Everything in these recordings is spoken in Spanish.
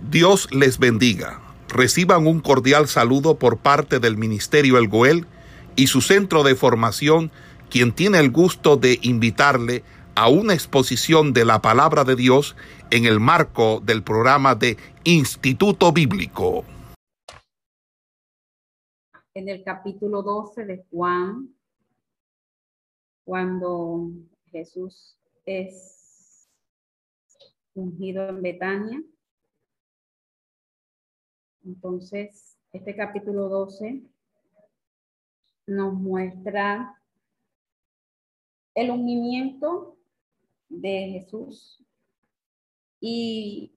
Dios les bendiga. Reciban un cordial saludo por parte del Ministerio El Goel y su centro de formación, quien tiene el gusto de invitarle a una exposición de la Palabra de Dios en el marco del programa de Instituto Bíblico. En el capítulo 12 de Juan, cuando Jesús es ungido en Betania. Entonces, este capítulo 12 nos muestra el ungimiento de Jesús y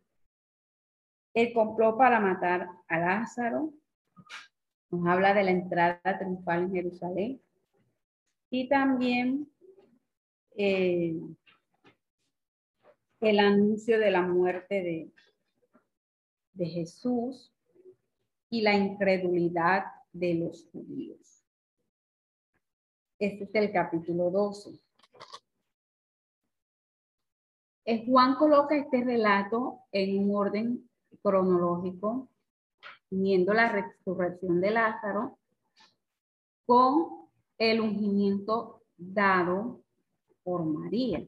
el complot para matar a Lázaro. Nos habla de la entrada triunfal en Jerusalén y también el anuncio de la muerte de Jesús y la incredulidad de los judíos. Este es el capítulo 12. Juan coloca este relato en un orden cronológico, uniendo la resurrección de Lázaro con el ungimiento dado por María.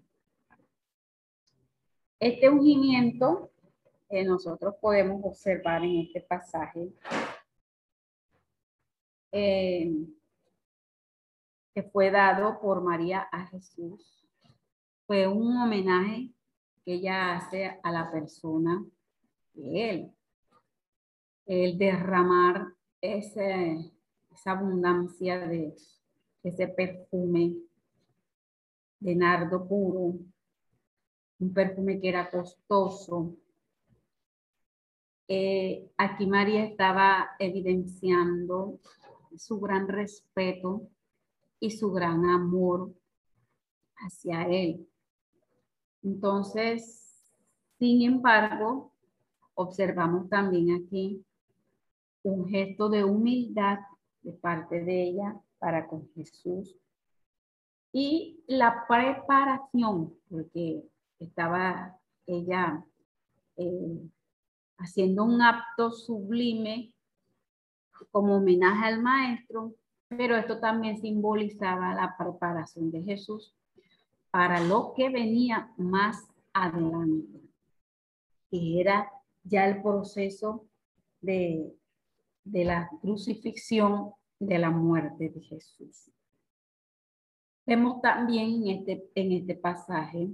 Este ungimiento nosotros podemos observar en este pasaje que fue dado por María a Jesús. Fue un homenaje que ella hace a la persona de él. El derramar esa abundancia de ese perfume de nardo puro, un perfume que era costoso. Aquí María estaba evidenciando su gran respeto y su gran amor hacia él. Entonces, sin embargo, observamos también aquí un gesto de humildad de parte de ella para con Jesús y la preparación, porque estaba ella haciendo un acto sublime como homenaje al maestro, pero esto también simbolizaba la preparación de Jesús para lo que venía más adelante, que era ya el proceso de la crucifixión, de la muerte de Jesús. Vemos también en este pasaje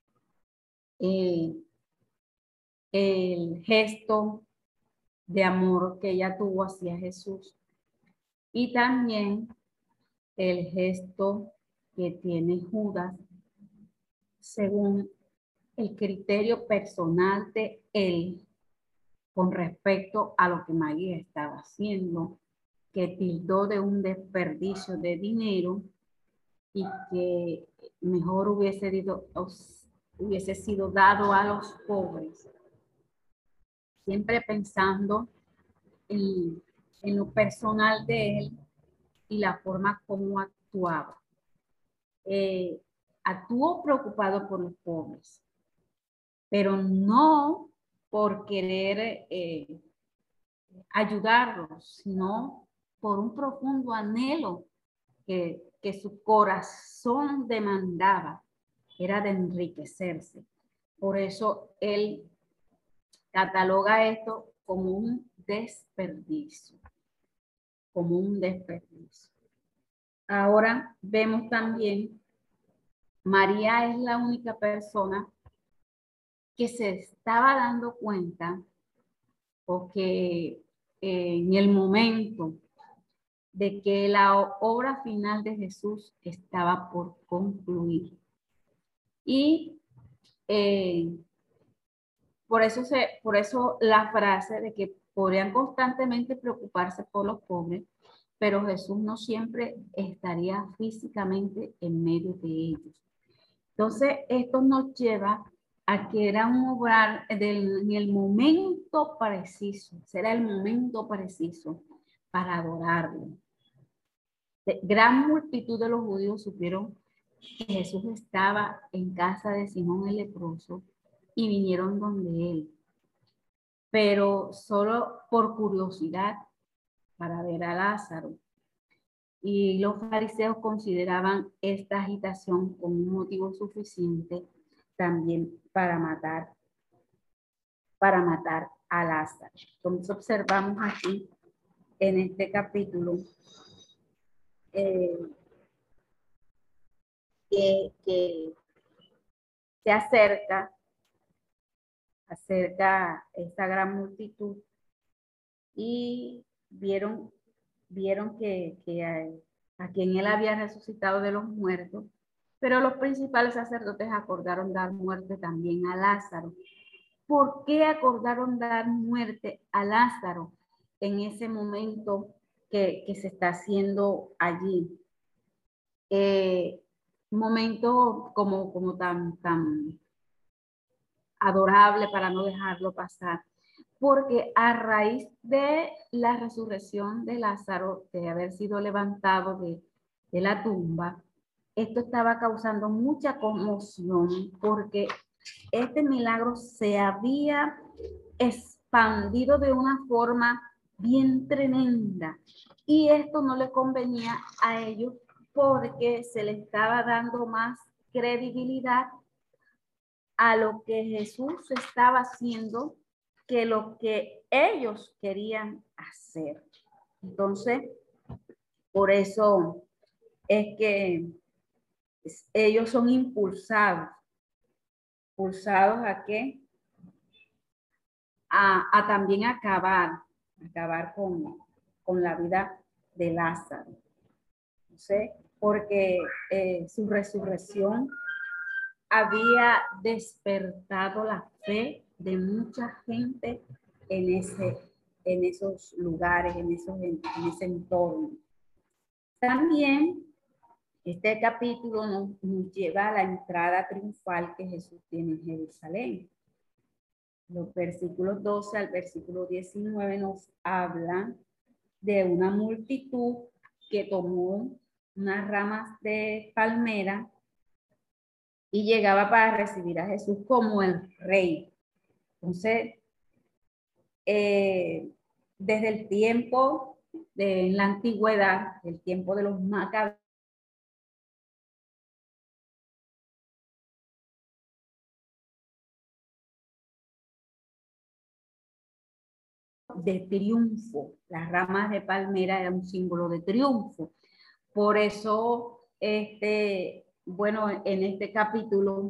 el gesto de amor que ella tuvo hacia Jesús y también el gesto que tiene Judas según el criterio personal de él con respecto a lo que María estaba haciendo, que tildó de un desperdicio de dinero y que mejor hubiese sido dado a los pobres, siempre pensando en lo personal de él y la forma como actuaba. Actuó preocupado por los pobres, pero no por querer ayudarlos, sino por un profundo anhelo que su corazón demandaba, era de enriquecerse. Por eso él cataloga esto como un desperdicio, como un desperdicio. Ahora vemos también, María es la única persona que se estaba dando cuenta o que en el momento de que la obra final de Jesús estaba por concluir. Y por eso la frase de que podrían constantemente preocuparse por los pobres, pero Jesús no siempre estaría físicamente en medio de ellos. Entonces, esto nos lleva a que era un obrar en el momento preciso, será el momento preciso para adorarlo. Gran multitud de los judíos supieron que Jesús estaba en casa de Simón el leproso y vinieron donde él. pero solo por curiosidad para ver a Lázaro. Y los fariseos consideraban esta agitación como un motivo suficiente también para matar a Lázaro. Entonces observamos aquí en este capítulo que se acerca esta gran multitud y vieron que a quien él había resucitado de los muertos, pero los principales sacerdotes acordaron dar muerte también a Lázaro. ¿Por qué acordaron dar muerte a Lázaro en ese momento que se está haciendo allí? Un momento como tan adorable para no dejarlo pasar. Porque a raíz de la resurrección de Lázaro, de haber sido levantado de la tumba, esto estaba causando mucha conmoción porque este milagro se había expandido de una forma bien tremenda y esto no le convenía a ellos porque se le estaba dando más credibilidad a lo que Jesús estaba haciendo que lo que ellos querían hacer. Entonces, por eso es que ellos son impulsados ¿a qué? A también acabar con la vida de Lázaro. ¿No sé? Porque su resurrección había despertado la fe de mucha gente en esos lugares, en ese entorno. También este capítulo nos lleva a la entrada triunfal que Jesús tiene en Jerusalén. Los versículos 12 al versículo 19 nos hablan de una multitud que tomó unas ramas de palmera y llegaba para recibir a Jesús como el rey. Entonces, desde el tiempo de la antigüedad, el tiempo de los macabeos, de triunfo. Las ramas de palmera eran un símbolo de triunfo. Por eso, bueno, en este capítulo,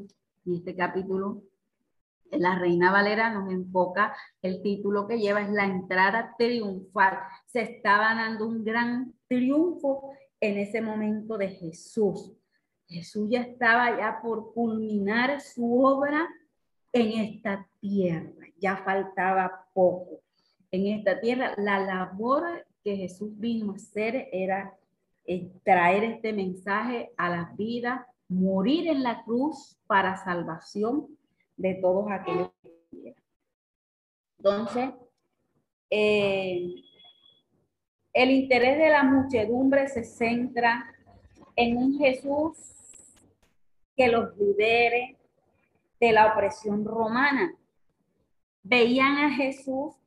la Reina Valera nos enfoca, el título que lleva es la entrada triunfal. Se estaba dando un gran triunfo en ese momento de Jesús. Jesús ya estaba ya por culminar su obra en esta tierra. Ya faltaba poco. En esta tierra, la labor que Jesús vino a hacer era traer este mensaje a la vida, morir en la cruz para salvación de todos aquellos que quieran. Entonces, el interés de la muchedumbre se centra en un Jesús que los libere de la opresión romana. Veían en Jesús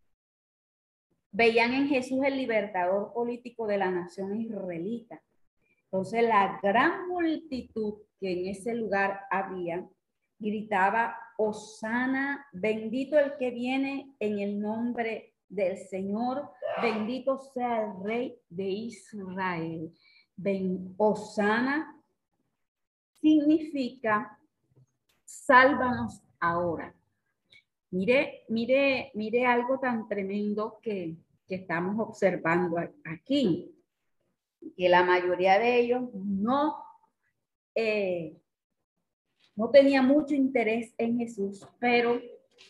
el libertador político de la nación israelita. Entonces, la gran multitud que en ese lugar había gritaba: Hosana, bendito el que viene en el nombre del Señor, bendito sea el Rey de Israel. Hosana significa sálvanos ahora. Mire algo tan tremendo que estamos observando aquí, que la mayoría de ellos no tenía mucho interés en Jesús, pero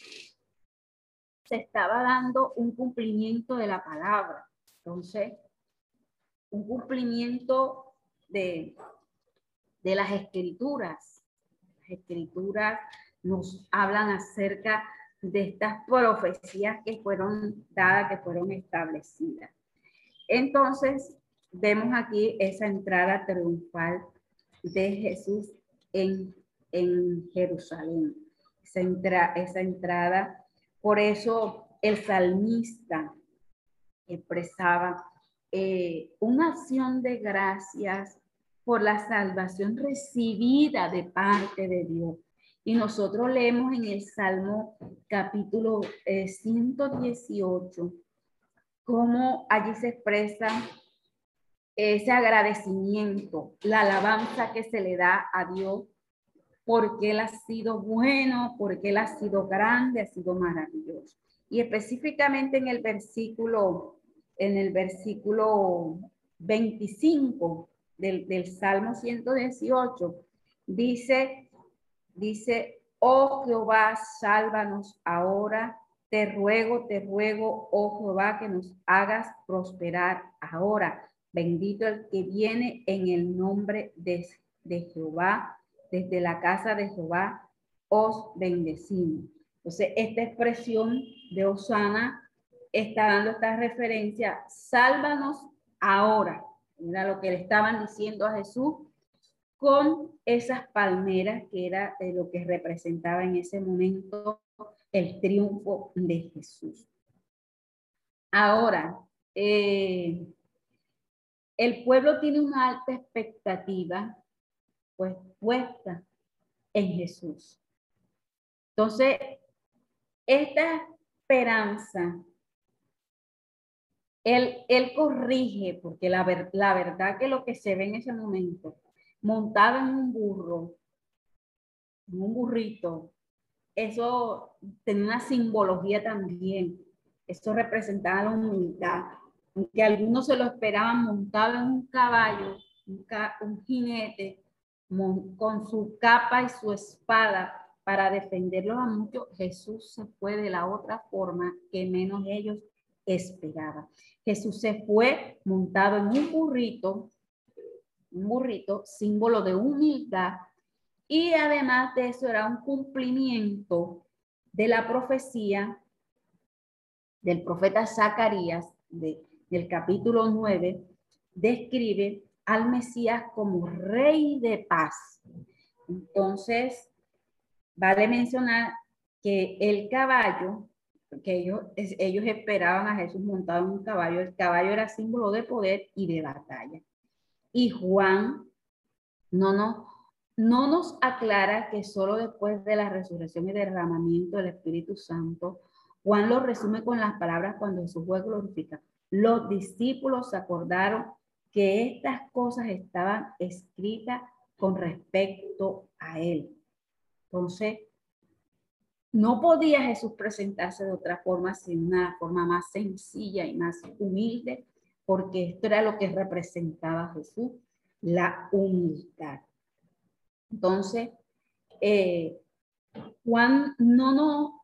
se estaba dando un cumplimiento de la palabra. Entonces, un cumplimiento de las escrituras. Las escrituras nos hablan acerca de estas profecías que fueron dadas, que fueron establecidas. Entonces, vemos aquí esa entrada triunfal de Jesús en Jerusalén. Esa entrada Por eso el salmista expresaba una acción de gracias por la salvación recibida de parte de Dios. Y nosotros leemos en el Salmo capítulo 118, cómo allí se expresa ese agradecimiento, la alabanza que se le da a Dios, porque Él ha sido bueno, porque Él ha sido grande, ha sido maravilloso. Y específicamente en el versículo 25 del Salmo 118, dice, oh Jehová, sálvanos ahora, te ruego, oh Jehová, que nos hagas prosperar ahora. Bendito el que viene en el nombre de Jehová, desde la casa de Jehová os bendecimos. Entonces, esta expresión de Osana está dando esta referencia, sálvanos ahora. Era lo que le estaban diciendo a Jesús con esas palmeras, que era lo que representaba en ese momento el triunfo de Jesús. Ahora, el pueblo tiene una alta expectativa pues puesta en Jesús. Entonces, esta esperanza, él corrige, porque la verdad que lo que se ve en ese momento, montado en un burro, en un burrito, eso tenía una simbología también. Eso representaba la humildad. Aunque algunos se lo esperaban montado en un caballo, un jinete, con su capa y su espada para defenderlos a muchos, Jesús se fue de la otra forma que menos ellos esperaban. Jesús se fue montado en un burrito, símbolo de humildad, y además de eso era un cumplimiento de la profecía del profeta Zacarías, del capítulo 9, describe al Mesías como rey de paz. Entonces, vale mencionar que el caballo, que ellos esperaban a Jesús montado en un caballo, el caballo era símbolo de poder y de batalla. Y Juan no nos aclara que solo después de la resurrección y derramamiento del Espíritu Santo, Juan lo resume con las palabras cuando Jesús fue glorificado. Los discípulos se acordaron que estas cosas estaban escritas con respecto a él. Entonces, no podía Jesús presentarse de otra forma, sino una forma más sencilla y más humilde, porque esto era lo que representaba a Jesús, la humildad. Entonces, Juan no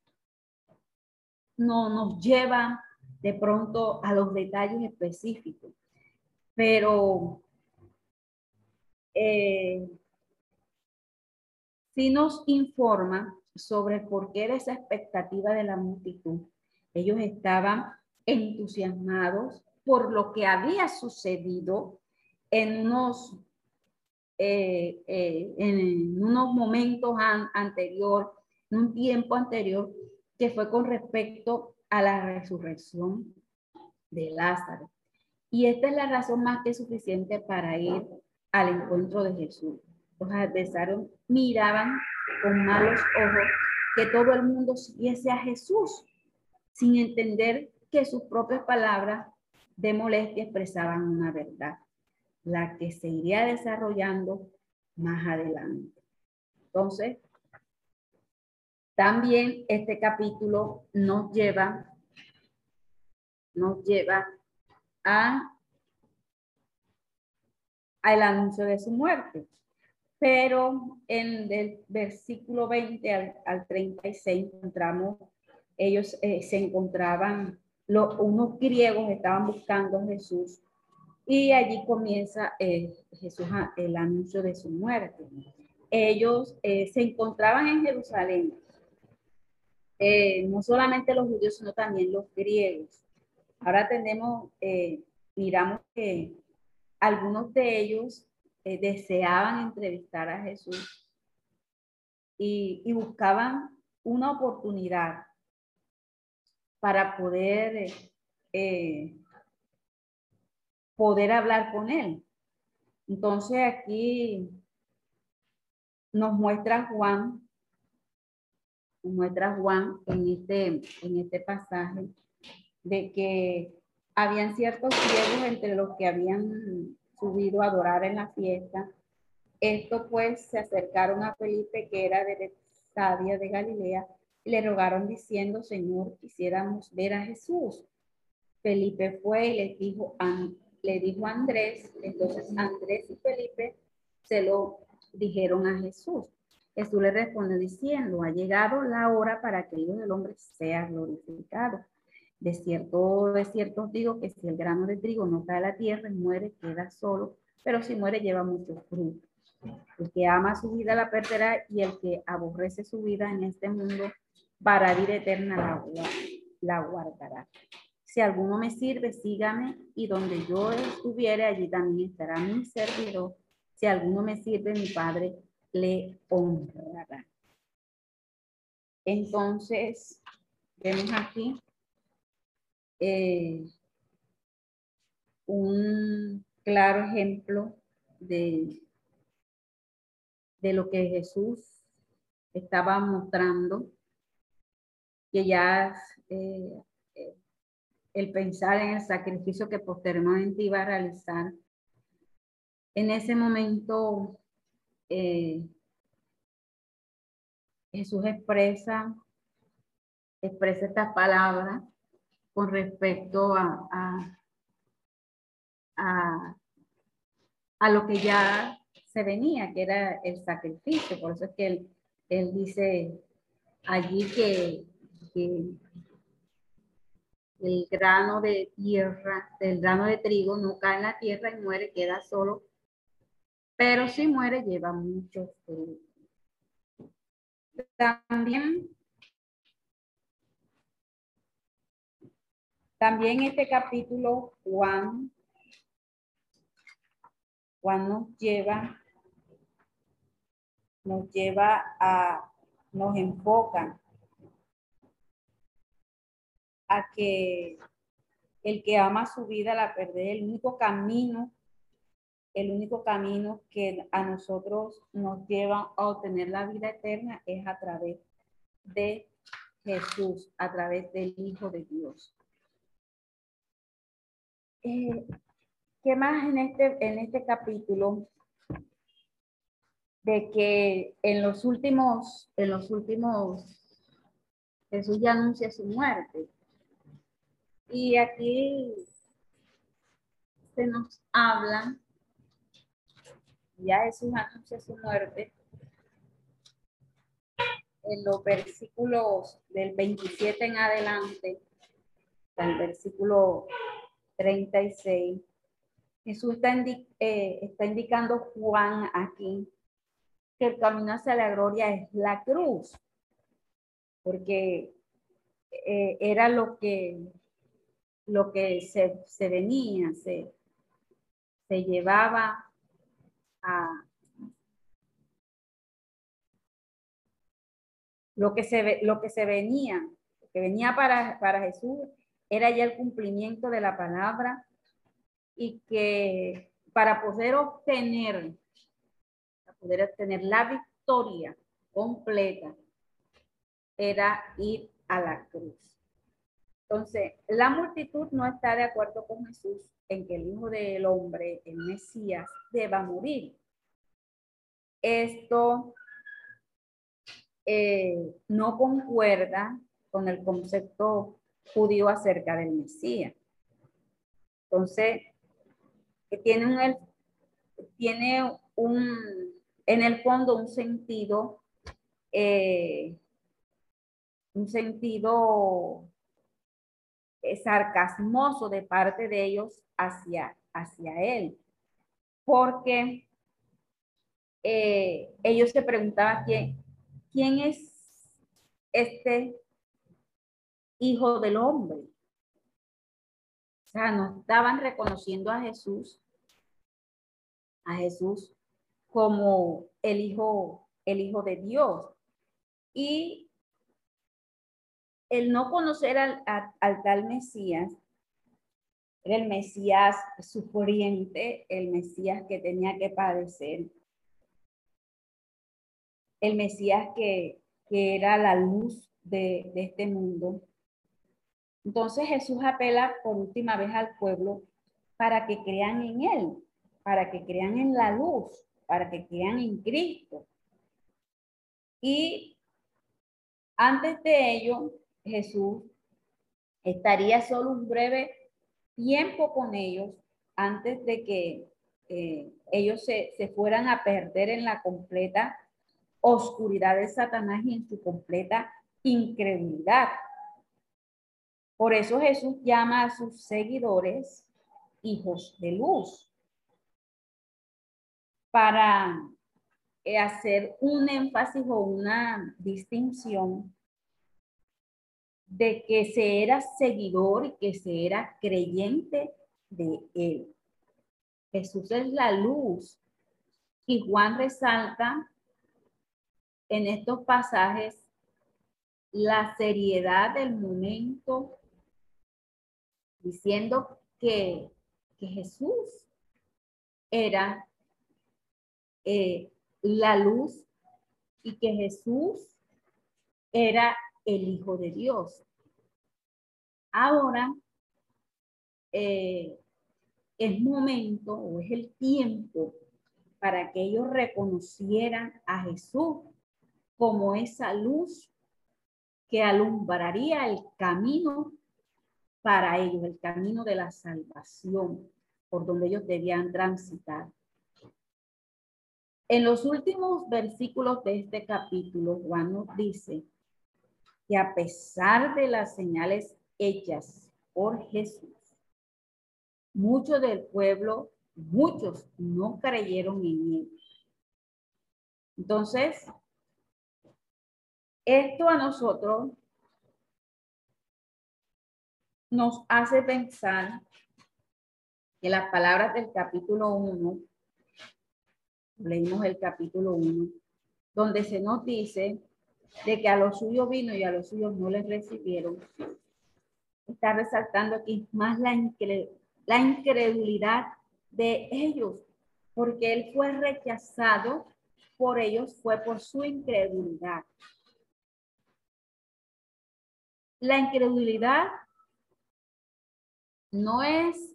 nos lleva de pronto a los detalles específicos, pero sí nos informa sobre por qué era esa expectativa de la multitud. Ellos estaban entusiasmados por lo que había sucedido en unos momentos anterior, en un tiempo anterior, que fue con respecto a la resurrección de Lázaro. Y esta es la razón más que suficiente para ir al encuentro de Jesús. Los adversarios miraban con malos ojos que todo el mundo siguiese a Jesús, sin entender que sus propias palabras de molestia expresaban una verdad, la que se iría desarrollando más adelante. Entonces, también este capítulo nos lleva al anuncio de su muerte. Pero en el versículo 20 al 36 encontramos, ellos se encontraban, unos griegos estaban buscando a Jesús, y allí comienza Jesús el anuncio de su muerte. Ellos se encontraban en Jerusalén, no solamente los judíos, sino también los griegos. Ahora miramos que algunos de ellos deseaban entrevistar a Jesús y buscaban una oportunidad para poder hablar con él. Entonces aquí nos muestra Juan en este pasaje de que habían ciertos ciegos entre los que habían subido a adorar en la fiesta. Estos pues se acercaron a Felipe, que era de Bethsaida de Galilea, y le rogaron diciendo: Señor, quisiéramos ver a Jesús. Felipe fue y le dijo a Andrés. Entonces Andrés y Felipe se lo dijeron a Jesús. Jesús le responde diciendo: ha llegado la hora para que el Hijo del Hombre sea glorificado. De cierto os digo que si el grano de trigo no cae a la tierra y muere, queda solo, pero si muere lleva mucho fruto. El que ama su vida la perderá, y el que aborrece su vida en este mundo para vida eterna la guardará. Si alguno me sirve, sígame, y donde yo estuviere, allí también estará mi servidor. Si alguno me sirve, mi Padre le honrará. Entonces, vemos aquí un claro ejemplo de lo que Jesús estaba mostrando, que ya el pensar en el sacrificio que posteriormente iba a realizar. En ese momento Jesús expresa estas palabras con respecto a lo que ya se venía, que era el sacrificio. Por eso es que él dice allí que el grano de trigo no cae en la tierra y muere, queda solo, pero si muere lleva mucho fruto. También este capítulo Juan nos enfoca a que el que ama su vida la perderá. El único camino que a nosotros nos lleva a obtener la vida eterna es a través de Jesús, a través del Hijo de Dios. ¿Qué más en este capítulo? De que en los últimos Jesús ya anuncia su muerte. Y aquí se nos habla, ya Jesús anuncia su muerte en los versículos del 27 en adelante, hasta el versículo 36. Jesús está indicando Juan aquí que el camino hacia la gloria es la cruz, porque era lo que se venía, se llevaba a lo que venía para Jesús era ya el cumplimiento de la palabra, y que para poder obtener la victoria completa era ir a la cruz. Entonces, la multitud no está de acuerdo con Jesús en que el Hijo del Hombre, el Mesías, deba morir. Esto no concuerda con el concepto judío acerca del Mesías. Entonces, tiene en el fondo un sentido sarcasmoso de parte de ellos hacia él, porque ellos se preguntaban quién es este Hijo del Hombre. O sea, no estaban reconociendo a Jesús como el Hijo de Dios. Y el no conocer al tal Mesías, era el Mesías sufriente, el Mesías que tenía que padecer, el Mesías que era la luz de este mundo. Entonces Jesús apela por última vez al pueblo para que crean en Él, para que crean en la luz, para que crean en Cristo. Y antes de ello, Jesús estaría solo un breve tiempo con ellos antes de que ellos se fueran a perder en la completa oscuridad de Satanás y en su completa incredulidad. Por eso Jesús llama a sus seguidores hijos de luz, para hacer un énfasis o una distinción de que se era seguidor y que se era creyente de él. Jesús es la luz y Juan resalta en estos pasajes la seriedad del momento, diciendo que Jesús era la luz y que Jesús era el Hijo de Dios. Ahora es momento o es el tiempo para que ellos reconocieran a Jesús como esa luz que alumbraría el camino para ellos, el camino de la salvación, por donde ellos debían transitar. En los últimos versículos de este capítulo, Juan nos dice que a pesar de las señales hechas por Jesús, muchos del pueblo, muchos no creyeron en él. Entonces, esto a nosotros nos hace pensar que las palabras del capítulo 1, leímos el capítulo 1, donde se nos dice de que a los suyos vino y a los suyos no les recibieron, está resaltando aquí más la incredulidad de ellos, porque él fue rechazado por ellos, fue por su incredulidad. La incredulidad no es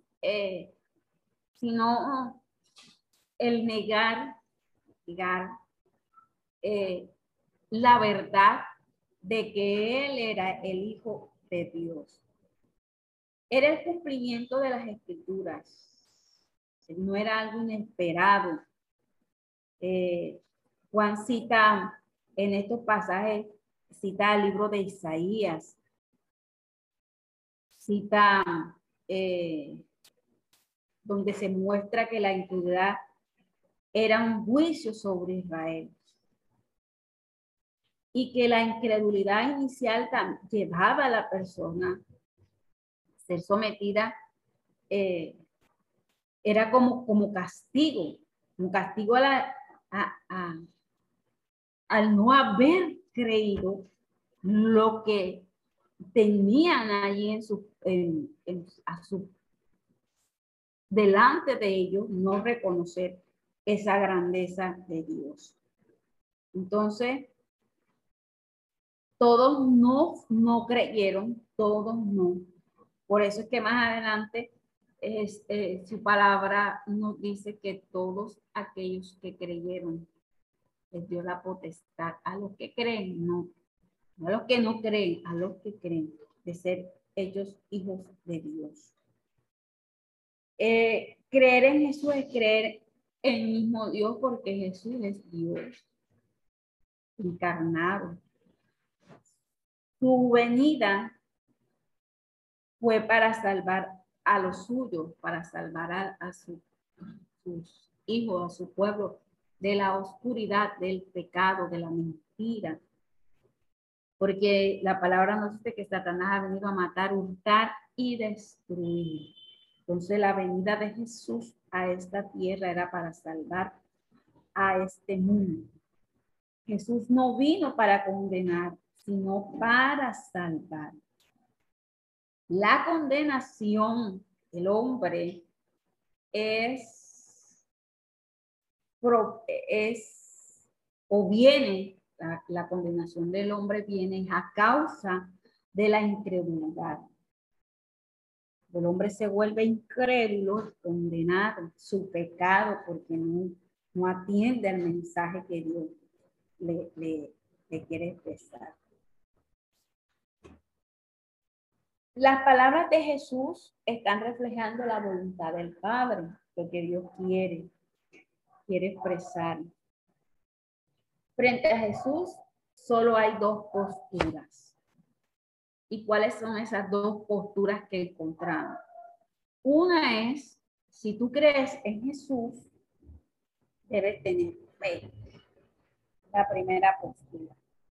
sino el negar la verdad de que él era el Hijo de Dios. Era el cumplimiento de las Escrituras. No era algo inesperado. Juan cita en estos pasajes, cita el libro de Isaías, cita donde se muestra que la incredulidad era un juicio sobre Israel y que la incredulidad inicial llevaba a la persona a ser sometida, era como castigo, un castigo al no haber creído lo que tenían allí delante de ellos, no reconocer esa grandeza de Dios. Entonces, todos no creyeron, todos no. Por eso es que más adelante su palabra nos dice que todos aquellos que creyeron les dio la potestad. A los que creen, no. No a los que no creen, a los que creen de ser ellos hijos de Dios. Creer en Jesús es creer en el mismo Dios, porque Jesús es Dios encarnado. Su venida fue para salvar a los suyos, para salvar a sus hijos, a su pueblo, de la oscuridad, del pecado, de la mentira. Porque la palabra nos dice que Satanás ha venido a matar, hurtar y destruir. Entonces la venida de Jesús a esta tierra era para salvar a este mundo. Jesús no vino para condenar, sino para salvar. La condenación del hombre la condenación del hombre viene a causa de la incredulidad. El hombre se vuelve incrédulo, condenado, su pecado, porque no atiende al mensaje que Dios le quiere expresar. Las palabras de Jesús están reflejando la voluntad del Padre, lo que Dios quiere expresar. Frente a Jesús solo hay dos posturas. ¿Y cuáles son esas dos posturas que encontramos? Una es, si tú crees en Jesús, debes tener fe. La primera postura.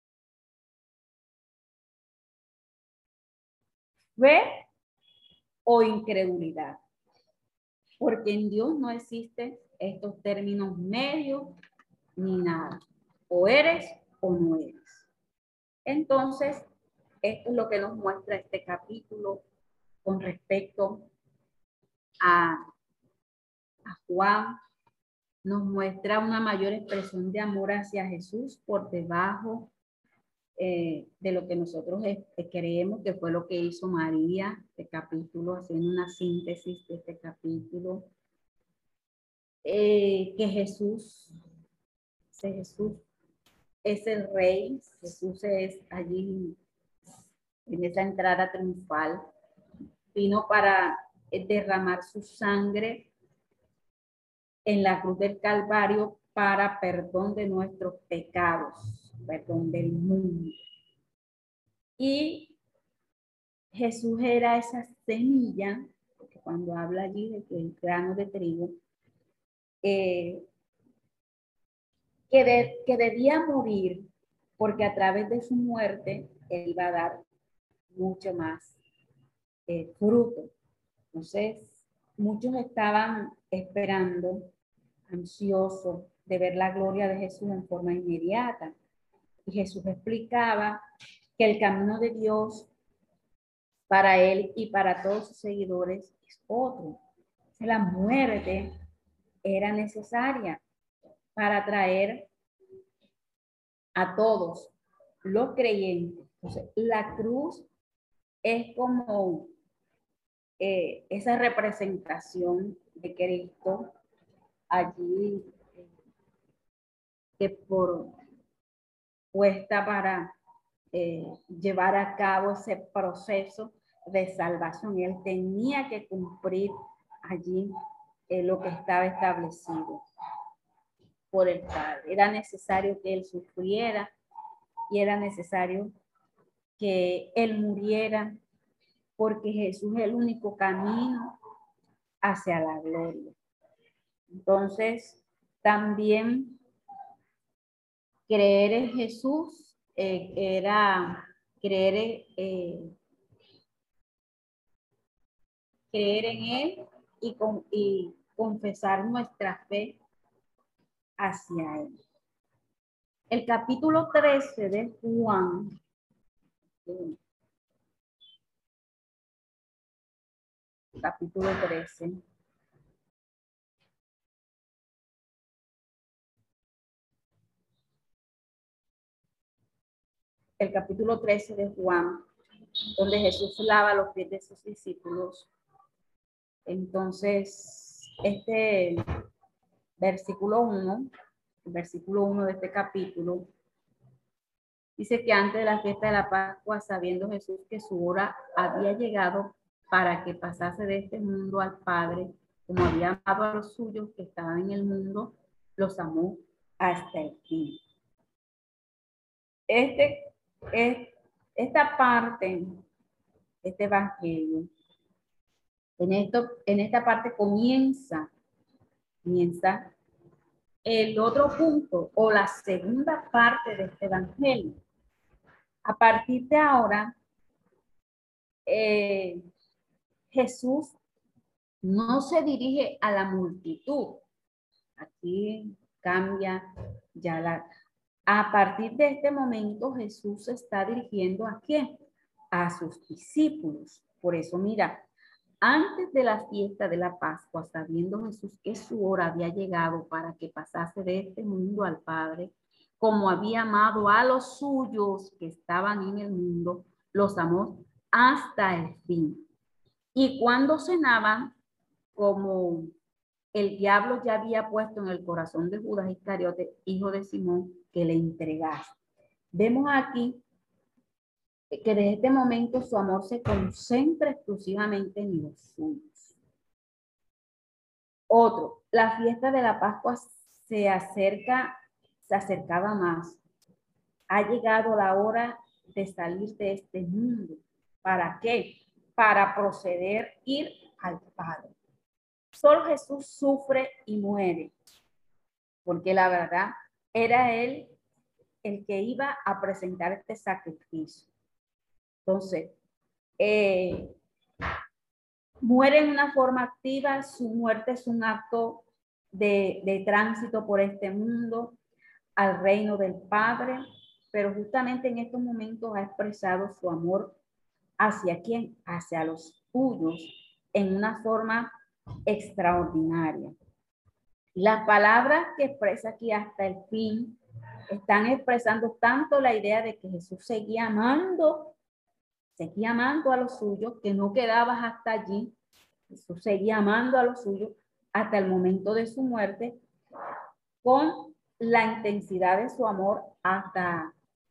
Fe o incredulidad. Porque en Dios no existen estos términos medios ni nada. O eres o no eres. Entonces, esto es lo que nos muestra este capítulo con respecto a Juan. Nos muestra una mayor expresión de amor hacia Jesús por debajo de lo que nosotros creemos que fue lo que hizo María, este capítulo, haciendo una síntesis de este capítulo. Que Jesús es el Rey, Jesús es allí en esa entrada triunfal, vino para derramar su sangre en la cruz del Calvario para perdón de nuestros pecados, perdón del mundo. Y Jesús era esa semilla, porque cuando habla allí de que el grano de trigo, que debía morir, porque a través de su muerte él iba a dar mucho más fruto. Entonces, muchos estaban esperando, ansiosos de ver la gloria de Jesús en forma inmediata. Y Jesús explicaba que el camino de Dios para él y para todos sus seguidores es otro. La muerte era necesaria para traer a todos los creyentes. Entonces, la cruz es como esa representación de Cristo allí que puesta para llevar a cabo ese proceso de salvación. Él tenía que cumplir allí lo que estaba establecido por el Padre. Era necesario que él sufriera y era necesario que él muriera, porque Jesús es el único camino hacia la gloria. Entonces, también creer en Jesús era creer en Él y confesar nuestra fe hacia Él. El capítulo 13 de Juan, capítulo 13. El capítulo 13 de Juan, donde Jesús lava los pies de sus discípulos. Entonces, este versículo 1, el versículo 1 de este capítulo, dice que antes de la fiesta de la Pascua, sabiendo Jesús que su hora había llegado para que pasase de este mundo al Padre, como había amado a los suyos que estaban en el mundo, los amó hasta el fin. Esta parte, este evangelio, en esta parte comienza el otro punto o la segunda parte de este evangelio. A partir de ahora, Jesús no se dirige a la multitud. Aquí cambia ya A partir de este momento, Jesús se está dirigiendo ¿a quién? A sus discípulos. Por eso, mira, antes de la fiesta de la Pascua, sabiendo Jesús que su hora había llegado para que pasase de este mundo al Padre, como había amado a los suyos que estaban en el mundo, los amó hasta el fin. Y cuando cenaban, como el diablo ya había puesto en el corazón de Judas Iscariote, hijo de Simón, que le entregase. Vemos aquí que desde este momento su amor se concentra exclusivamente en los suyos. Otro, la fiesta de la Pascua se acercaba más. Ha llegado la hora de salir de este mundo. ¿Para qué? Para proceder, ir al Padre. Solo Jesús sufre y muere, porque la verdad era él el que iba a presentar este sacrificio. Entonces, muere en una forma activa, su muerte es un acto de tránsito por este mundo al reino del Padre, pero justamente en estos momentos ha expresado su amor hacia quién, hacia los suyos, en una forma extraordinaria. Las palabras que expresa aquí hasta el fin están expresando tanto la idea de que Jesús seguía amando a los suyos, que no quedaba hasta allí. Jesús seguía amando a los suyos hasta el momento de su muerte, con la intensidad de su amor hasta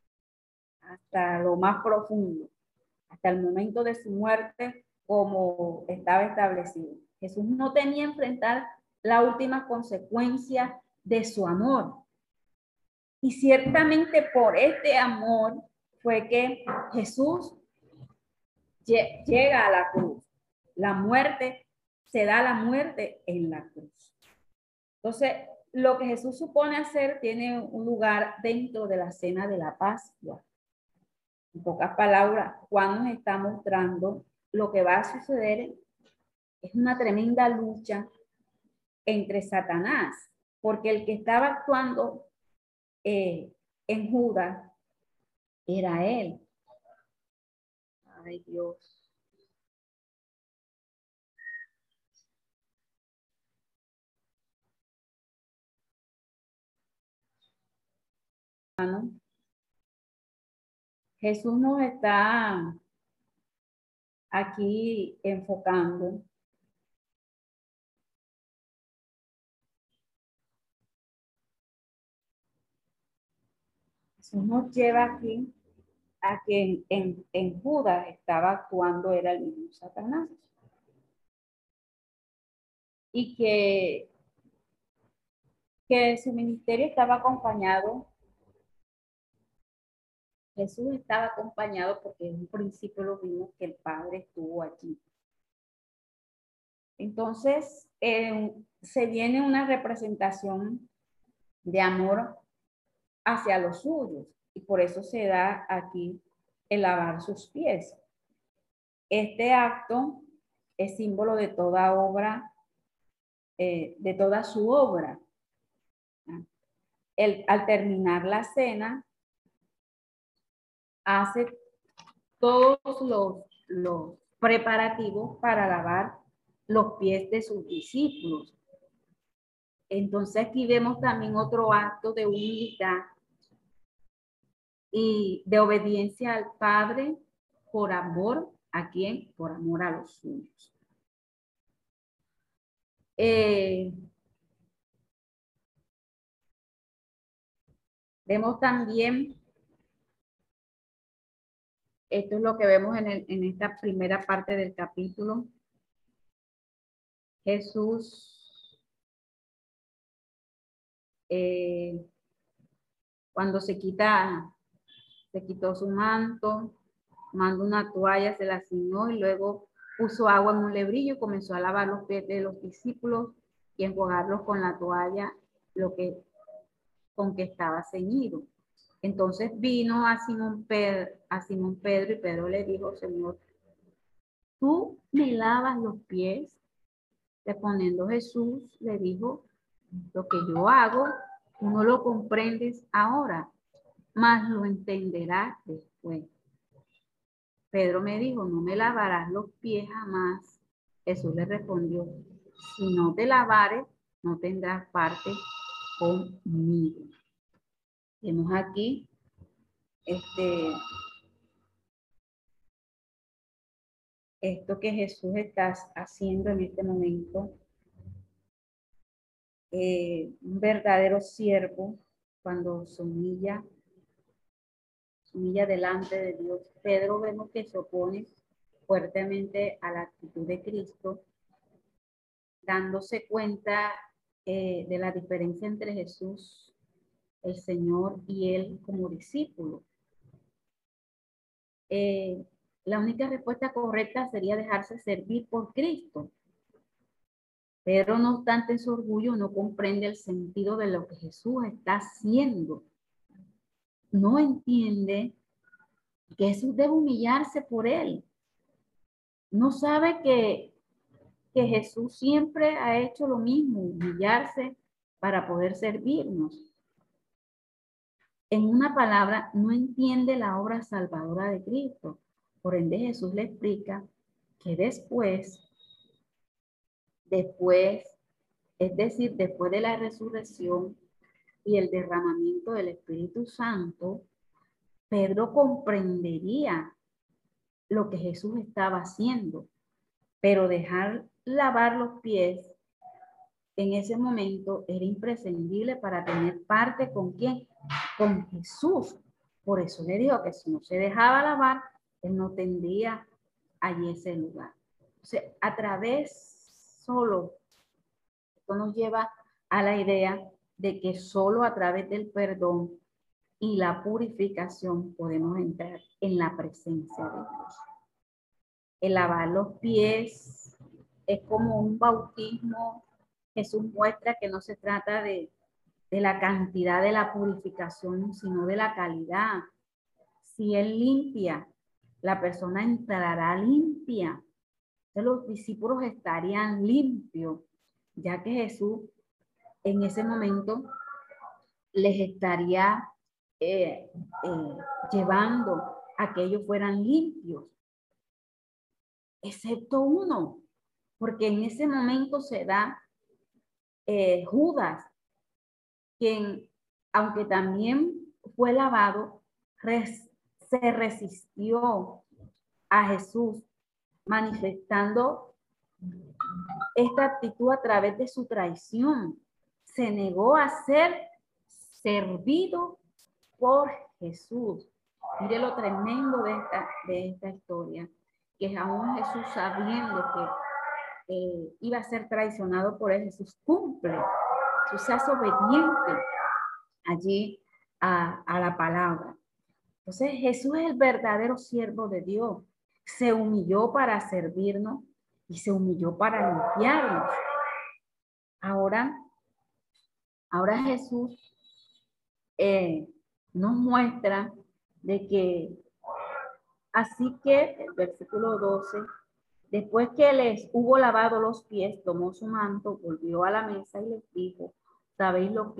lo más profundo, hasta el momento de su muerte, como estaba establecido. Jesús no tenía que enfrentar la última consecuencia de su amor. Y ciertamente por este amor fue que Jesús llega a la cruz. La muerte, se da la muerte en la cruz. Entonces, lo que Jesús supone hacer tiene un lugar dentro de la cena de la Pascua. En pocas palabras, Juan nos está mostrando lo que va a suceder. Es una tremenda lucha entre Satanás, porque el que estaba actuando en Judas era él. Ay, Dios. Jesús nos está aquí enfocando Jesús nos lleva aquí a que en Judas estaba actuando era el mismo Satanás. Y que su ministerio estaba acompañado, Jesús estaba acompañado porque en un principio lo vimos que el Padre estuvo allí. Entonces, se viene una representación de amor hacia los suyos y por eso se da aquí el lavar sus pies. Este acto es símbolo de toda obra, de toda su obra. Al terminar la cena, hace todos los preparativos para lavar los pies de sus discípulos. Entonces aquí vemos también otro acto de humildad y de obediencia al Padre por amor a quién, por amor a los suyos. Vemos también, esto es lo que vemos en esta primera parte del capítulo, Jesús cuando se quitó su manto, mandó una toalla, se la ciñó y luego puso agua en un lebrillo y comenzó a lavar los pies de los discípulos y enjuagarlos con la toalla con que estaba ceñido. Entonces vino a Simón Pedro y Pedro le dijo: Señor, ¿tú me lavas los pies? Respondiendo Jesús le dijo: lo que yo hago, tú no lo comprendes ahora, mas lo entenderás después. Pedro me dijo, no me lavarás los pies jamás. Jesús le respondió, si no te lavares, no tendrás parte conmigo. Vemos aquí esto que Jesús está haciendo en este momento. Un verdadero siervo, cuando se humilla delante de Dios. Pedro vemos que se opone fuertemente a la actitud de Cristo, dándose cuenta de la diferencia entre Jesús, el Señor, y él como discípulo. La única respuesta correcta sería dejarse servir por Cristo. Pero no obstante, en su orgullo no comprende el sentido de lo que Jesús está haciendo. No entiende que Jesús debe humillarse por él. No sabe que Jesús siempre ha hecho lo mismo, humillarse para poder servirnos. En una palabra, no entiende la obra salvadora de Cristo. Por ende, Jesús le explica que después, es decir, después de la resurrección y el derramamiento del Espíritu Santo, Pedro comprendería lo que Jesús estaba haciendo, pero dejar lavar los pies en ese momento era imprescindible para tener parte ¿con quién? Con Jesús. Por eso le dijo que si no se dejaba lavar, él no tendría allí ese lugar. O sea, esto nos lleva a la idea de que solo a través del perdón y la purificación podemos entrar en la presencia de Dios. El lavar los pies es como un bautismo. Jesús muestra que no se trata de la cantidad de la purificación, sino de la calidad. Si Él limpia, la persona entrará limpia. Entonces los discípulos estarían limpios, ya que Jesús en ese momento les estaría llevando a que ellos fueran limpios, excepto uno, porque en ese momento se da Judas, quien, aunque también fue lavado, se resistió a Jesús, manifestando esta actitud a través de su traición. Se negó a ser servido por Jesús. Mire lo tremendo de esta historia, que aún Jesús, sabiendo que iba a ser traicionado por él, Jesús cumple. Jesús se hace obediente allí a la palabra. Entonces Jesús es el verdadero siervo de Dios. Se humilló para servirnos y se humilló para limpiarnos. Ahora Jesús nos muestra de que, así que el versículo 12, después que les hubo lavado los pies, tomó su manto, volvió a la mesa y les dijo, ¿sabéis lo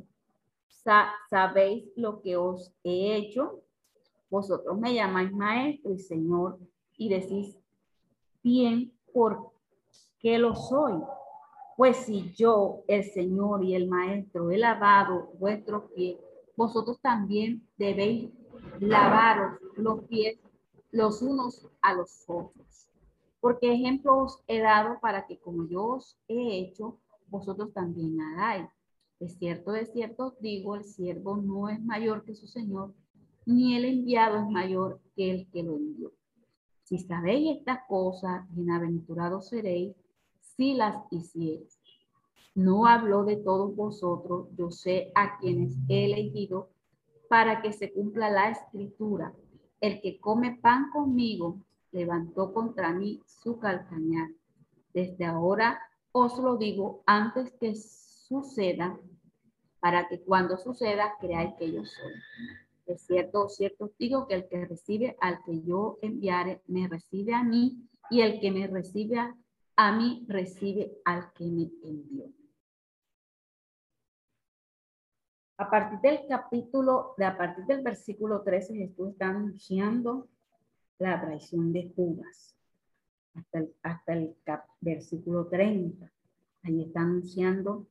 que os he hecho? Vosotros me llamáis maestro y señor y decís bien por qué lo soy. Pues si yo, el Señor y el Maestro, he lavado vuestros pies, vosotros también debéis lavaros los pies los unos a los otros. Porque ejemplo os he dado para que como yo os he hecho, vosotros también hagáis. De cierto os digo, el siervo no es mayor que su Señor, ni el enviado es mayor que el que lo envió. Si sabéis estas cosas, bienaventurados seréis si las hiciereis. No hablo de todos vosotros, yo sé a quienes he elegido para que se cumpla la escritura. El que come pan conmigo levantó contra mí su calcañar. Desde ahora os lo digo antes que suceda, para que cuando suceda creáis que yo soy. De cierto os digo que el que recibe al que yo enviare, me recibe a mí, y el que me recibe a mí, recibe al que me envió. A partir del a partir del versículo 13, Jesús está anunciando la traición de Judas. Hasta el versículo 30. Ahí está anunciando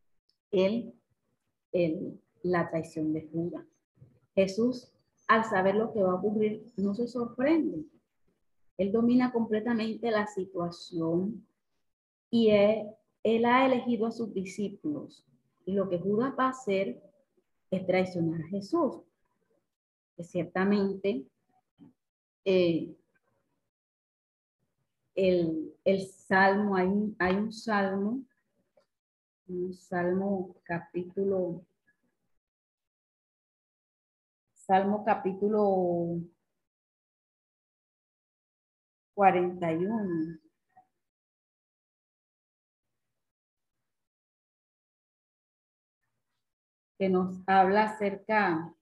la traición de Judas. Jesús, al saber lo que va a ocurrir, no se sorprende. Él domina completamente la situación y él ha elegido a sus discípulos. Y lo que Judas va a hacer es traicionar a Jesús. Que ciertamente el salmo, hay un salmo capítulo 41. Que nos habla acerca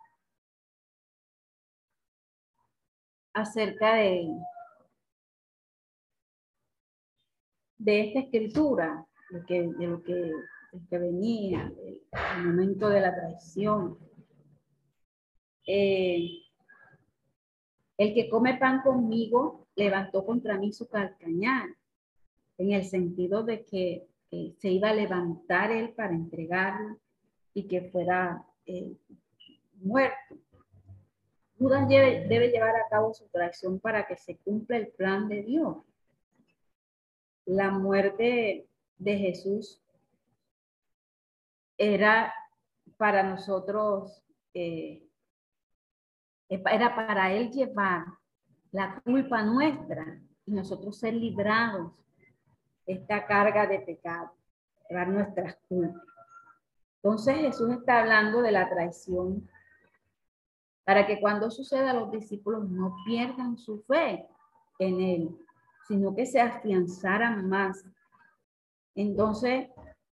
de esta escritura, de lo que venía, el momento de la traición. El que come pan conmigo levantó contra mí su calcañar, en el sentido de que se iba a levantar él para entregarlo y que fuera muerto. Judas debe llevar a cabo su traición para que se cumpla el plan de Dios. La muerte de Jesús era para nosotros, era para él llevar la culpa nuestra y nosotros ser librados de esta carga de pecado, llevar nuestras culpas. Entonces Jesús está hablando de la traición para que cuando suceda los discípulos no pierdan su fe en él, sino que se afianzaran más. Entonces,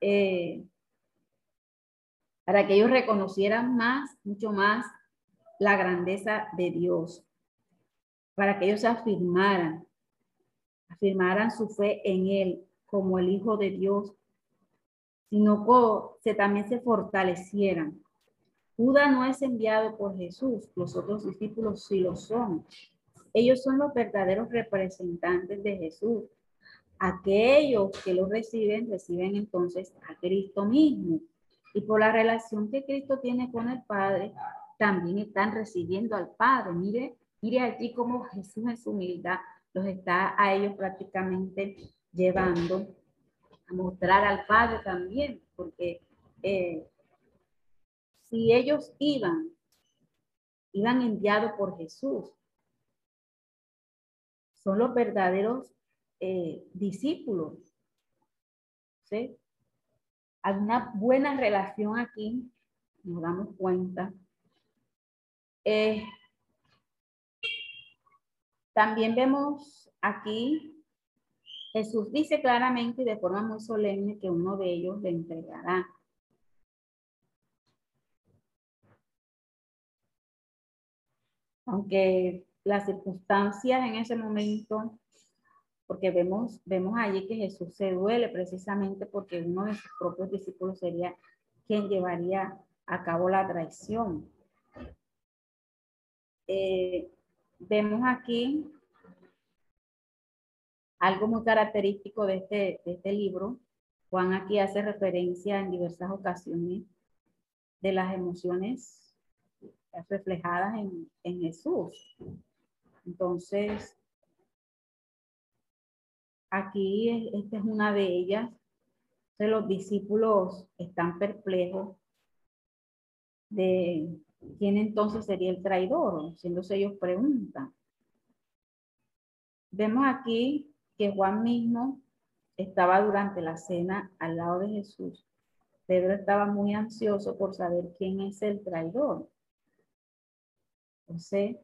para que ellos reconocieran mucho más la grandeza de Dios, para que ellos se afirmaran su fe en él como el Hijo de Dios, sino que también se fortalecieran. Judas no es enviado por Jesús, los otros discípulos sí lo son. Ellos son los verdaderos representantes de Jesús. Aquellos que lo reciben entonces a Cristo mismo. Y por la relación que Cristo tiene con el Padre, también están recibiendo al Padre. Mire allí cómo Jesús en su humildad los está a ellos prácticamente llevando a mostrar al Padre también, porque si ellos iban enviados por Jesús, son los verdaderos discípulos. ¿Sí? Hay una buena relación aquí, nos damos cuenta. También vemos aquí, Jesús dice claramente y de forma muy solemne que uno de ellos le entregará. Aunque las circunstancias en ese momento, porque vemos allí que Jesús se duele precisamente porque uno de sus propios discípulos sería quien llevaría a cabo la traición. Vemos aquí algo muy característico de este libro. Juan aquí hace referencia en diversas ocasiones de las emociones reflejadas en Jesús. Entonces, aquí esta es una de ellas. Entonces, los discípulos están perplejos de quién entonces sería el traidor, haciéndose ellos preguntan. Vemos aquí que Juan mismo estaba durante la cena al lado de Jesús. Pedro estaba muy ansioso por saber quién es el traidor. Entonces,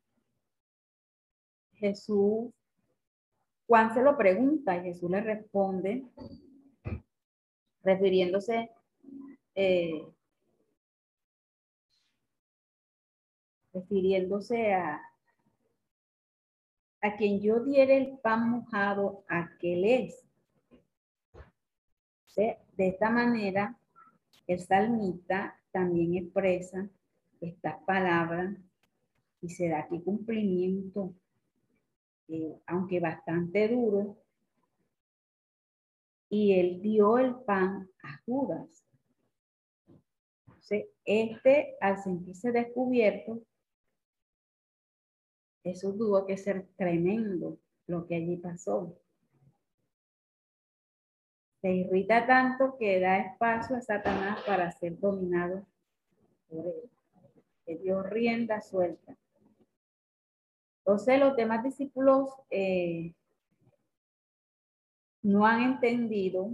Juan se lo pregunta y Jesús le responde, refiriéndose a quien yo diere el pan mojado, aquel es. ¿Sí? De esta manera, el salmista también expresa estas palabras y se da aquí cumplimiento, aunque bastante duro, y él dio el pan a Judas. Entonces, al sentirse descubierto, eso tuvo que ser tremendo lo que allí pasó. Se irrita tanto que da espacio a Satanás para ser dominado por él. Que dio rienda suelta. Entonces, los demás discípulos no han entendido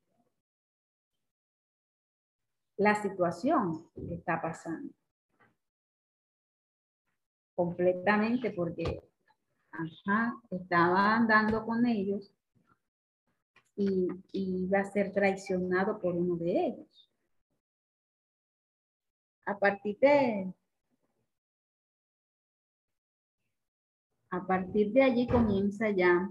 la situación que está pasando completamente, porque estaba andando con ellos y iba a ser traicionado por uno de ellos. A partir de allí comienza ya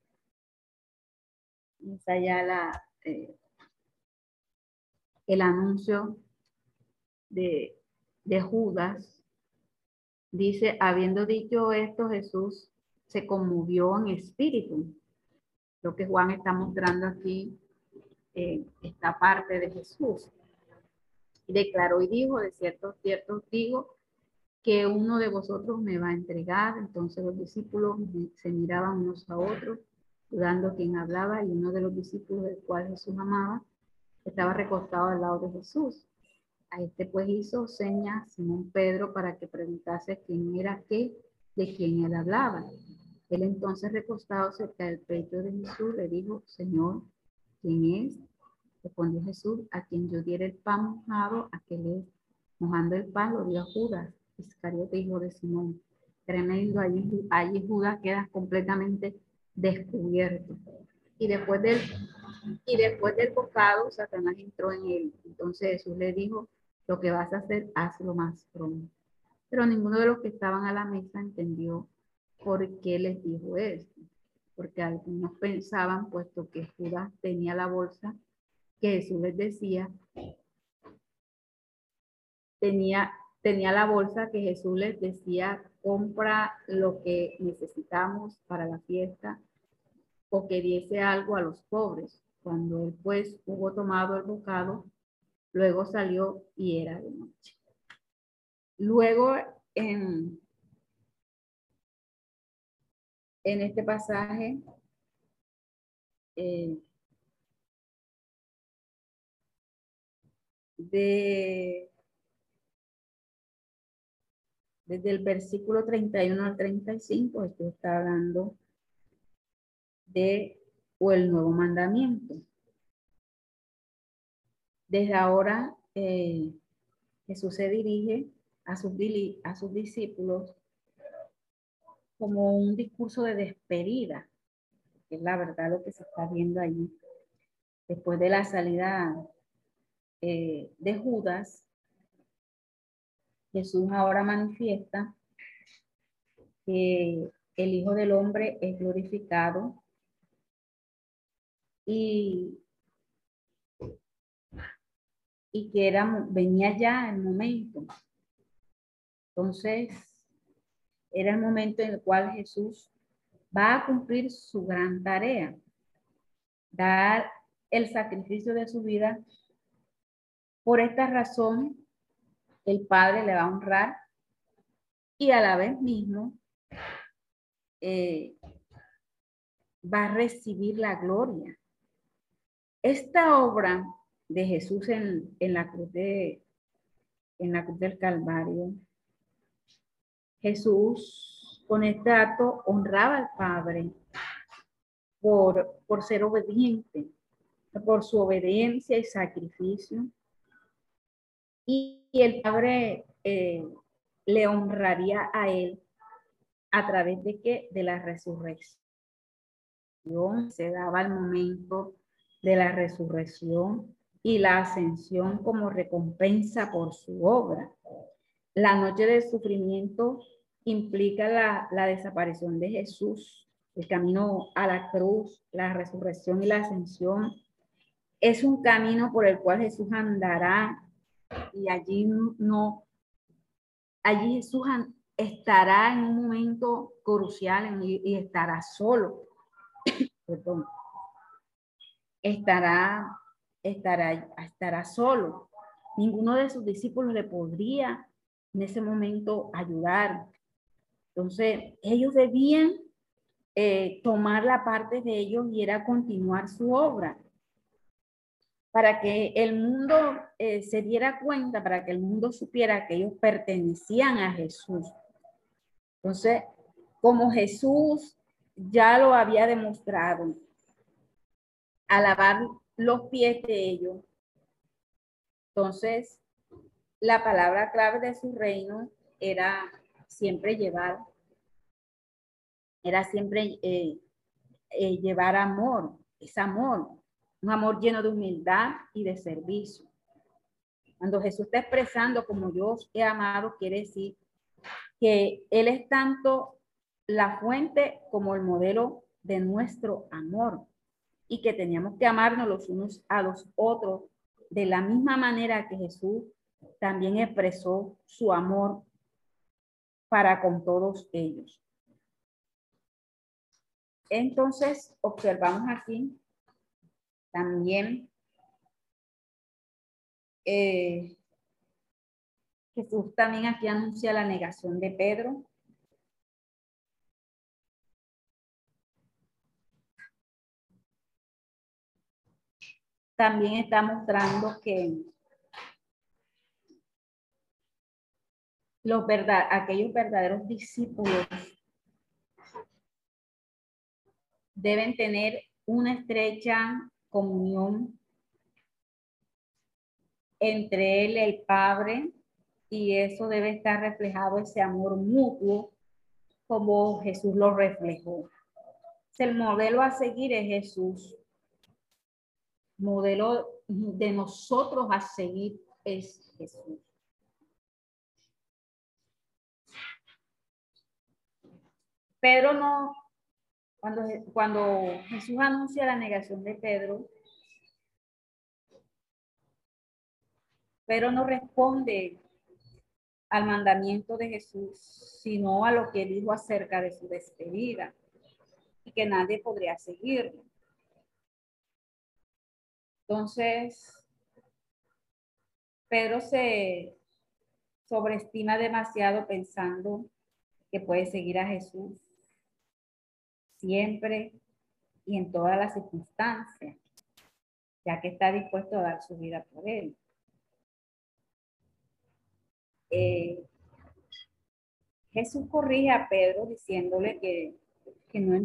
el anuncio de Judas. Dice, habiendo dicho esto, Jesús se conmovió en espíritu. Lo que Juan está mostrando aquí, esta parte de Jesús. Y declaró y dijo, de cierto digo, que uno de vosotros me va a entregar. Entonces los discípulos se miraban unos a otros, dudando quién hablaba, y uno de los discípulos del cual Jesús amaba, estaba recostado al lado de Jesús. A este pues hizo señas Simón Pedro para que preguntase quién era aquel de quien él hablaba. Él entonces, recostado cerca del pecho de Jesús, le dijo, Señor, ¿quién es? Respondió Jesús, a quien yo diera el pan mojado, aquel es. Mojando el pan lo dio a Judas, Iscariote, hijo de Simón. Tremendo, allí Judas queda completamente descubierto. Y después del bocado, Satanás entró en él. Entonces Jesús le dijo, lo que vas a hacer, hazlo más pronto. Pero ninguno de los que estaban a la mesa entendió por qué les dijo esto. Porque algunos pensaban, puesto que Judas tenía la bolsa, que Jesús les decía, tenía la bolsa que Jesús les decía, compra lo que necesitamos para la fiesta, o que diese algo a los pobres. Cuando él pues hubo tomado el bocado, luego salió y era de noche. Luego en este pasaje desde el versículo 31 al 35, esto está hablando de el nuevo mandamiento. Desde ahora Jesús se dirige a sus discípulos como un discurso de despedida, que es la verdad lo que se está viendo allí. Después de la salida de Judas, Jesús ahora manifiesta que el Hijo del Hombre es glorificado y que venía ya el momento. Entonces, era el momento en el cual Jesús va a cumplir su gran tarea, dar el sacrificio de su vida. Por esta razón, el Padre le va a honrar y a la vez mismo va a recibir la gloria. Esta obra de Jesús en la cruz del Calvario, Jesús con este acto honraba al Padre por ser obediente, por su obediencia y sacrificio. Y el Padre le honraría a él a través de ¿qué? De la resurrección. Se daba el momento de la resurrección y la ascensión como recompensa por su obra. La noche del sufrimiento implica la desaparición de Jesús, el camino a la cruz, la resurrección y la ascensión. Es un camino por el cual Jesús andará Y allí allí Jesús estará en un momento crucial y estará solo. Perdón. Estará solo. Ninguno de sus discípulos le podría en ese momento ayudar. Entonces, ellos debían tomar la parte de ellos y era continuar su obra. Para que el mundo se diera cuenta, para que el mundo supiera que ellos pertenecían a Jesús. Entonces, como Jesús ya lo había demostrado, a lavar los pies de ellos, entonces la palabra clave de su reino era siempre llevar llevar amor, es amor, un amor lleno de humildad y de servicio. Cuando Jesús está expresando como yo os he amado, quiere decir que Él es tanto la fuente como el modelo de nuestro amor y que teníamos que amarnos los unos a los otros de la misma manera que Jesús también expresó su amor para con todos ellos. Entonces, observamos aquí también Jesús también aquí anuncia la negación de Pedro. También está mostrando que aquellos verdaderos discípulos deben tener una estrecha comunión entre él, el Padre, y eso debe estar reflejado, ese amor mutuo, como Jesús lo reflejó. El modelo a seguir es Jesús. Modelo de nosotros a seguir es Jesús. Pedro no, cuando Jesús anuncia la negación de Pedro no responde al mandamiento de Jesús, sino a lo que dijo acerca de su despedida y que nadie podría seguirlo. Entonces, Pedro se sobreestima demasiado pensando que puede seguir a Jesús siempre y en todas las circunstancias, ya que está dispuesto a dar su vida por él. Jesús corrige a Pedro diciéndole que no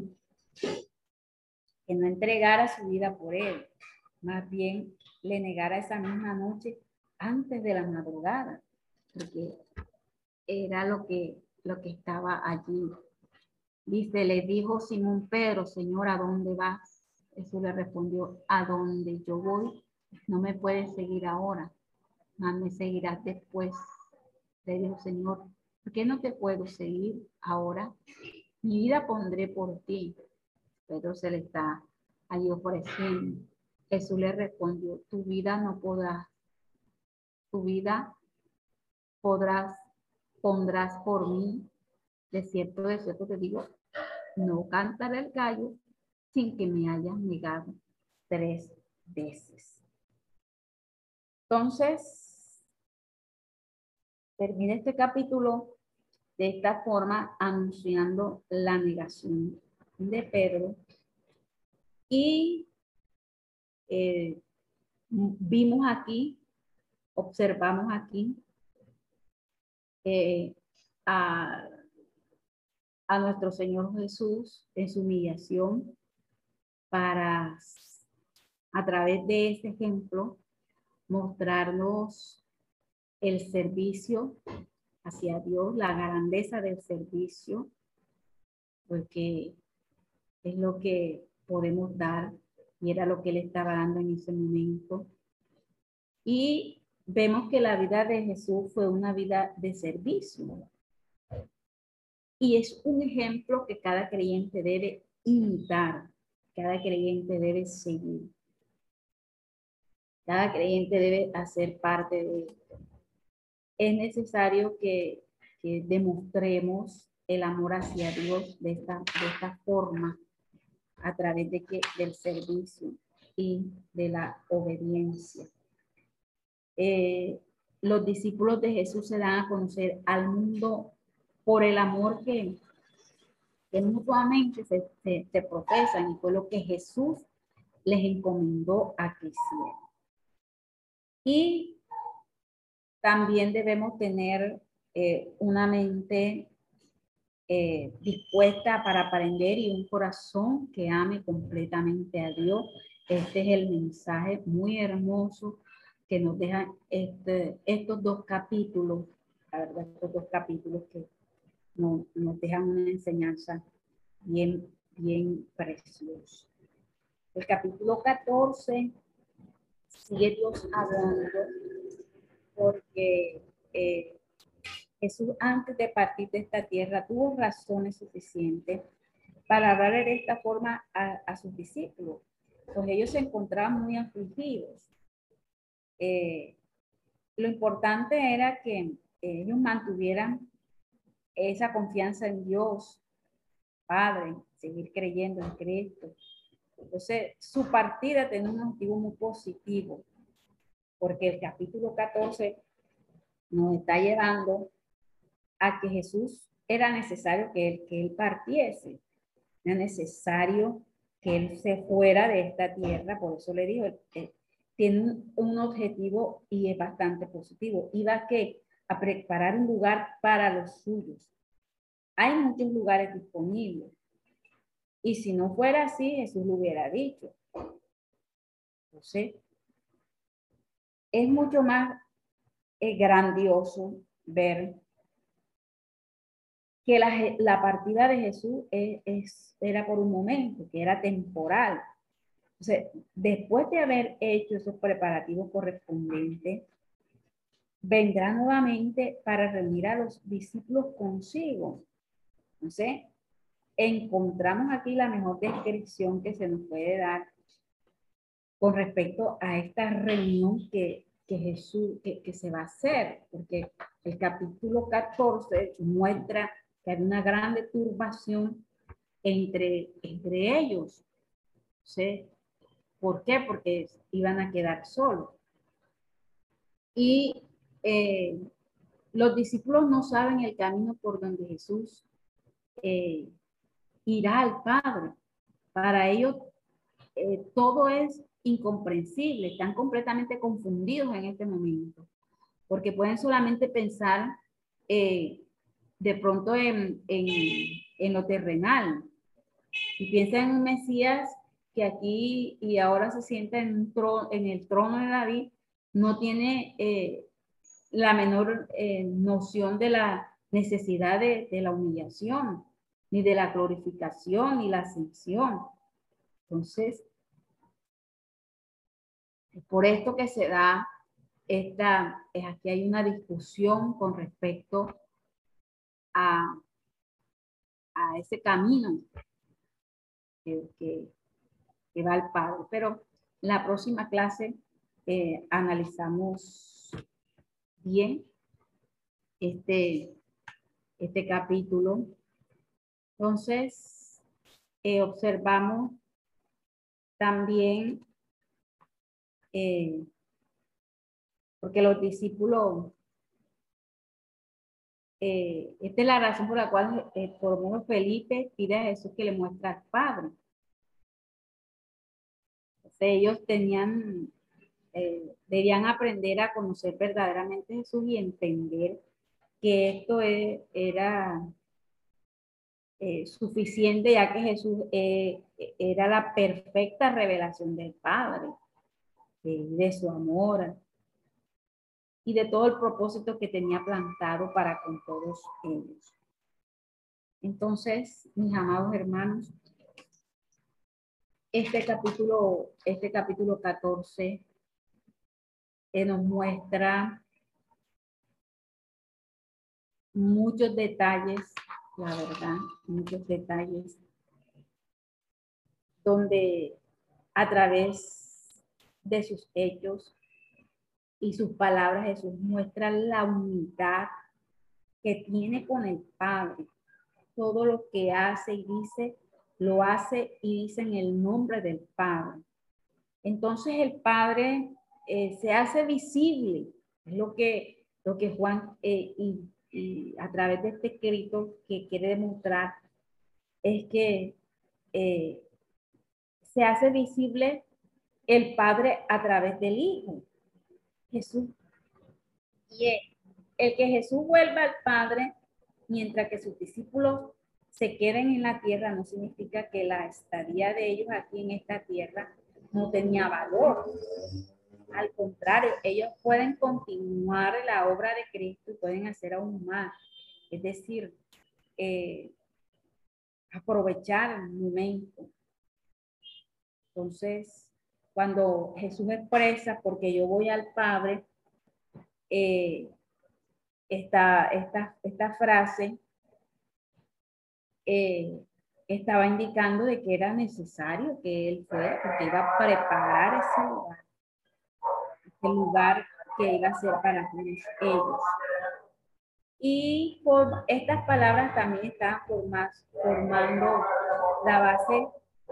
entregara su vida por él, más bien le negara esa misma noche antes de la madrugada, porque era lo que estaba allí. Dice, le dijo Simón Pedro, Señor, ¿a dónde vas? Jesús le respondió, a donde yo voy, no me puedes seguir ahora, más me seguirás después. Le dijo, Señor, ¿por qué no te puedo seguir ahora? Mi vida pondré por ti. Pedro se le está allí ofreciendo. Jesús le respondió, tu vida no podrás, tu vida pondrás por mí. De cierto te digo, no cantaré el gallo sin que me hayas negado 3 veces. Entonces, termina este capítulo de esta forma, anunciando la negación de Pedro. Y vimos aquí, observamos aquí a nuestro Señor Jesús en su humillación para, a través de este ejemplo, mostrarnos el servicio hacia Dios, la grandeza del servicio, porque es lo que podemos dar y era lo que él estaba dando en ese momento. Y vemos que la vida de Jesús fue una vida de servicio. Y es un ejemplo que cada creyente debe imitar, cada creyente debe seguir. Cada creyente debe hacer parte de esto. Es necesario que demostremos el amor hacia Dios de esta forma, a través del servicio y de la obediencia. Los discípulos de Jesús se dan a conocer al mundo por el amor que mutuamente se profesan, y fue lo que Jesús les encomendó a que hicieran. Y también debemos tener una mente dispuesta para aprender y un corazón que ame completamente a Dios. Este es el mensaje muy hermoso que nos dejan estos dos capítulos, la verdad, estos dos capítulos que nos dejan una enseñanza bien, bien preciosa. El capítulo 14 sigue Dios hablando, porque Jesús, antes de partir de esta tierra, tuvo razones suficientes para hablar de esta forma a sus discípulos, pues ellos se encontraban muy afligidos. Lo importante era que ellos mantuvieran esa confianza en Dios, Padre, seguir creyendo en Cristo. Entonces, su partida tenía un motivo muy positivo, porque el capítulo 14 nos está llevando a que Jesús era necesario que él partiese. Era necesario que él se fuera de esta tierra. Por eso le digo, tiene un objetivo y es bastante positivo. Iba a preparar un lugar para los suyos. Hay muchos lugares disponibles. Y si no fuera así, Jesús lo hubiera dicho. Entonces, es mucho más grandioso ver que la partida de Jesús era por un momento, que era temporal. Entonces, después de haber hecho esos preparativos correspondientes, vendrá nuevamente para reunir a los discípulos consigo. Entonces, encontramos aquí la mejor descripción que se nos puede dar con respecto a esta reunión que Jesús, que se va a hacer, porque el capítulo 14 muestra que hay una grande turbación entre ellos. ¿Sí? ¿Por qué? Porque iban a quedar solos. Y los discípulos no saben el camino por donde Jesús irá al Padre. Para ellos todo es incomprensible, están completamente confundidos en este momento, porque pueden solamente pensar de pronto en lo terrenal, y piensan en un Mesías que aquí y ahora se sienta en el trono de David, no tiene la menor noción de la necesidad de la humillación, ni de la glorificación, ni la ascensión. Entonces, por esto que se da aquí hay una discusión con respecto a ese camino que va al Padre. Pero en la próxima clase analizamos bien este capítulo. Entonces, observamos también, porque los discípulos, esta es la razón por la cual por lo menos Felipe pide a Jesús que le muestre al Padre. Entonces, ellos debían aprender a conocer verdaderamente a Jesús y entender que esto era suficiente, ya que Jesús era la perfecta revelación del Padre, de su amor y de todo el propósito que tenía plantado para con todos ellos. Entonces, mis amados hermanos, este capítulo 14 nos muestra muchos detalles, la verdad, muchos detalles, donde a través de sus hechos y sus palabras, Jesús muestra la unidad que tiene con el Padre. Todo lo que hace y dice, lo hace y dice en el nombre del Padre. Entonces el Padre se hace visible. Es lo que Juan y a través de este escrito que quiere demostrar es que se hace visible el Padre a través del Hijo, Jesús. Y el que Jesús vuelva al Padre mientras que sus discípulos se queden en la tierra no significa que la estadía de ellos aquí en esta tierra no tenía valor. Al contrario, ellos pueden continuar la obra de Cristo y pueden hacer aún más. Es decir, aprovechar el momento. Entonces, cuando Jesús expresa, porque yo voy al Padre, esta frase estaba indicando de que era necesario que Él fuera, porque iba a preparar ese lugar que iba a ser para todos ellos. Y por estas palabras también están formando la base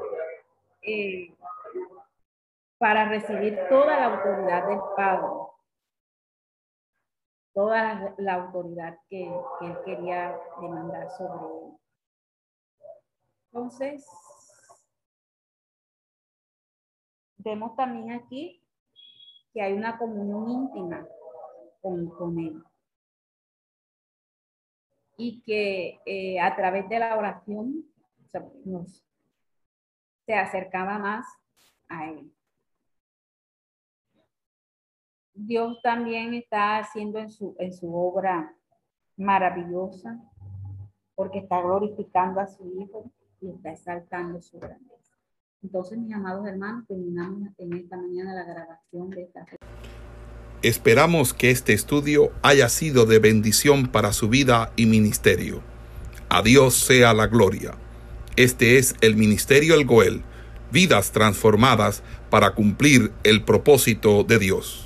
para recibir toda la autoridad del Padre, toda la autoridad que Él quería demandar sobre él. Entonces, vemos también aquí que hay una comunión íntima con Él. Y que a través de la oración se acercaba más a Él. Dios también está haciendo en su obra maravillosa, porque está glorificando a su Hijo y está exaltando su grandeza. Entonces, mis amados hermanos, terminamos en esta mañana la grabación de esta. Esperamos que este estudio haya sido de bendición para su vida y ministerio. A Dios sea la gloria. Este es el Ministerio El Goel, vidas transformadas para cumplir el propósito de Dios.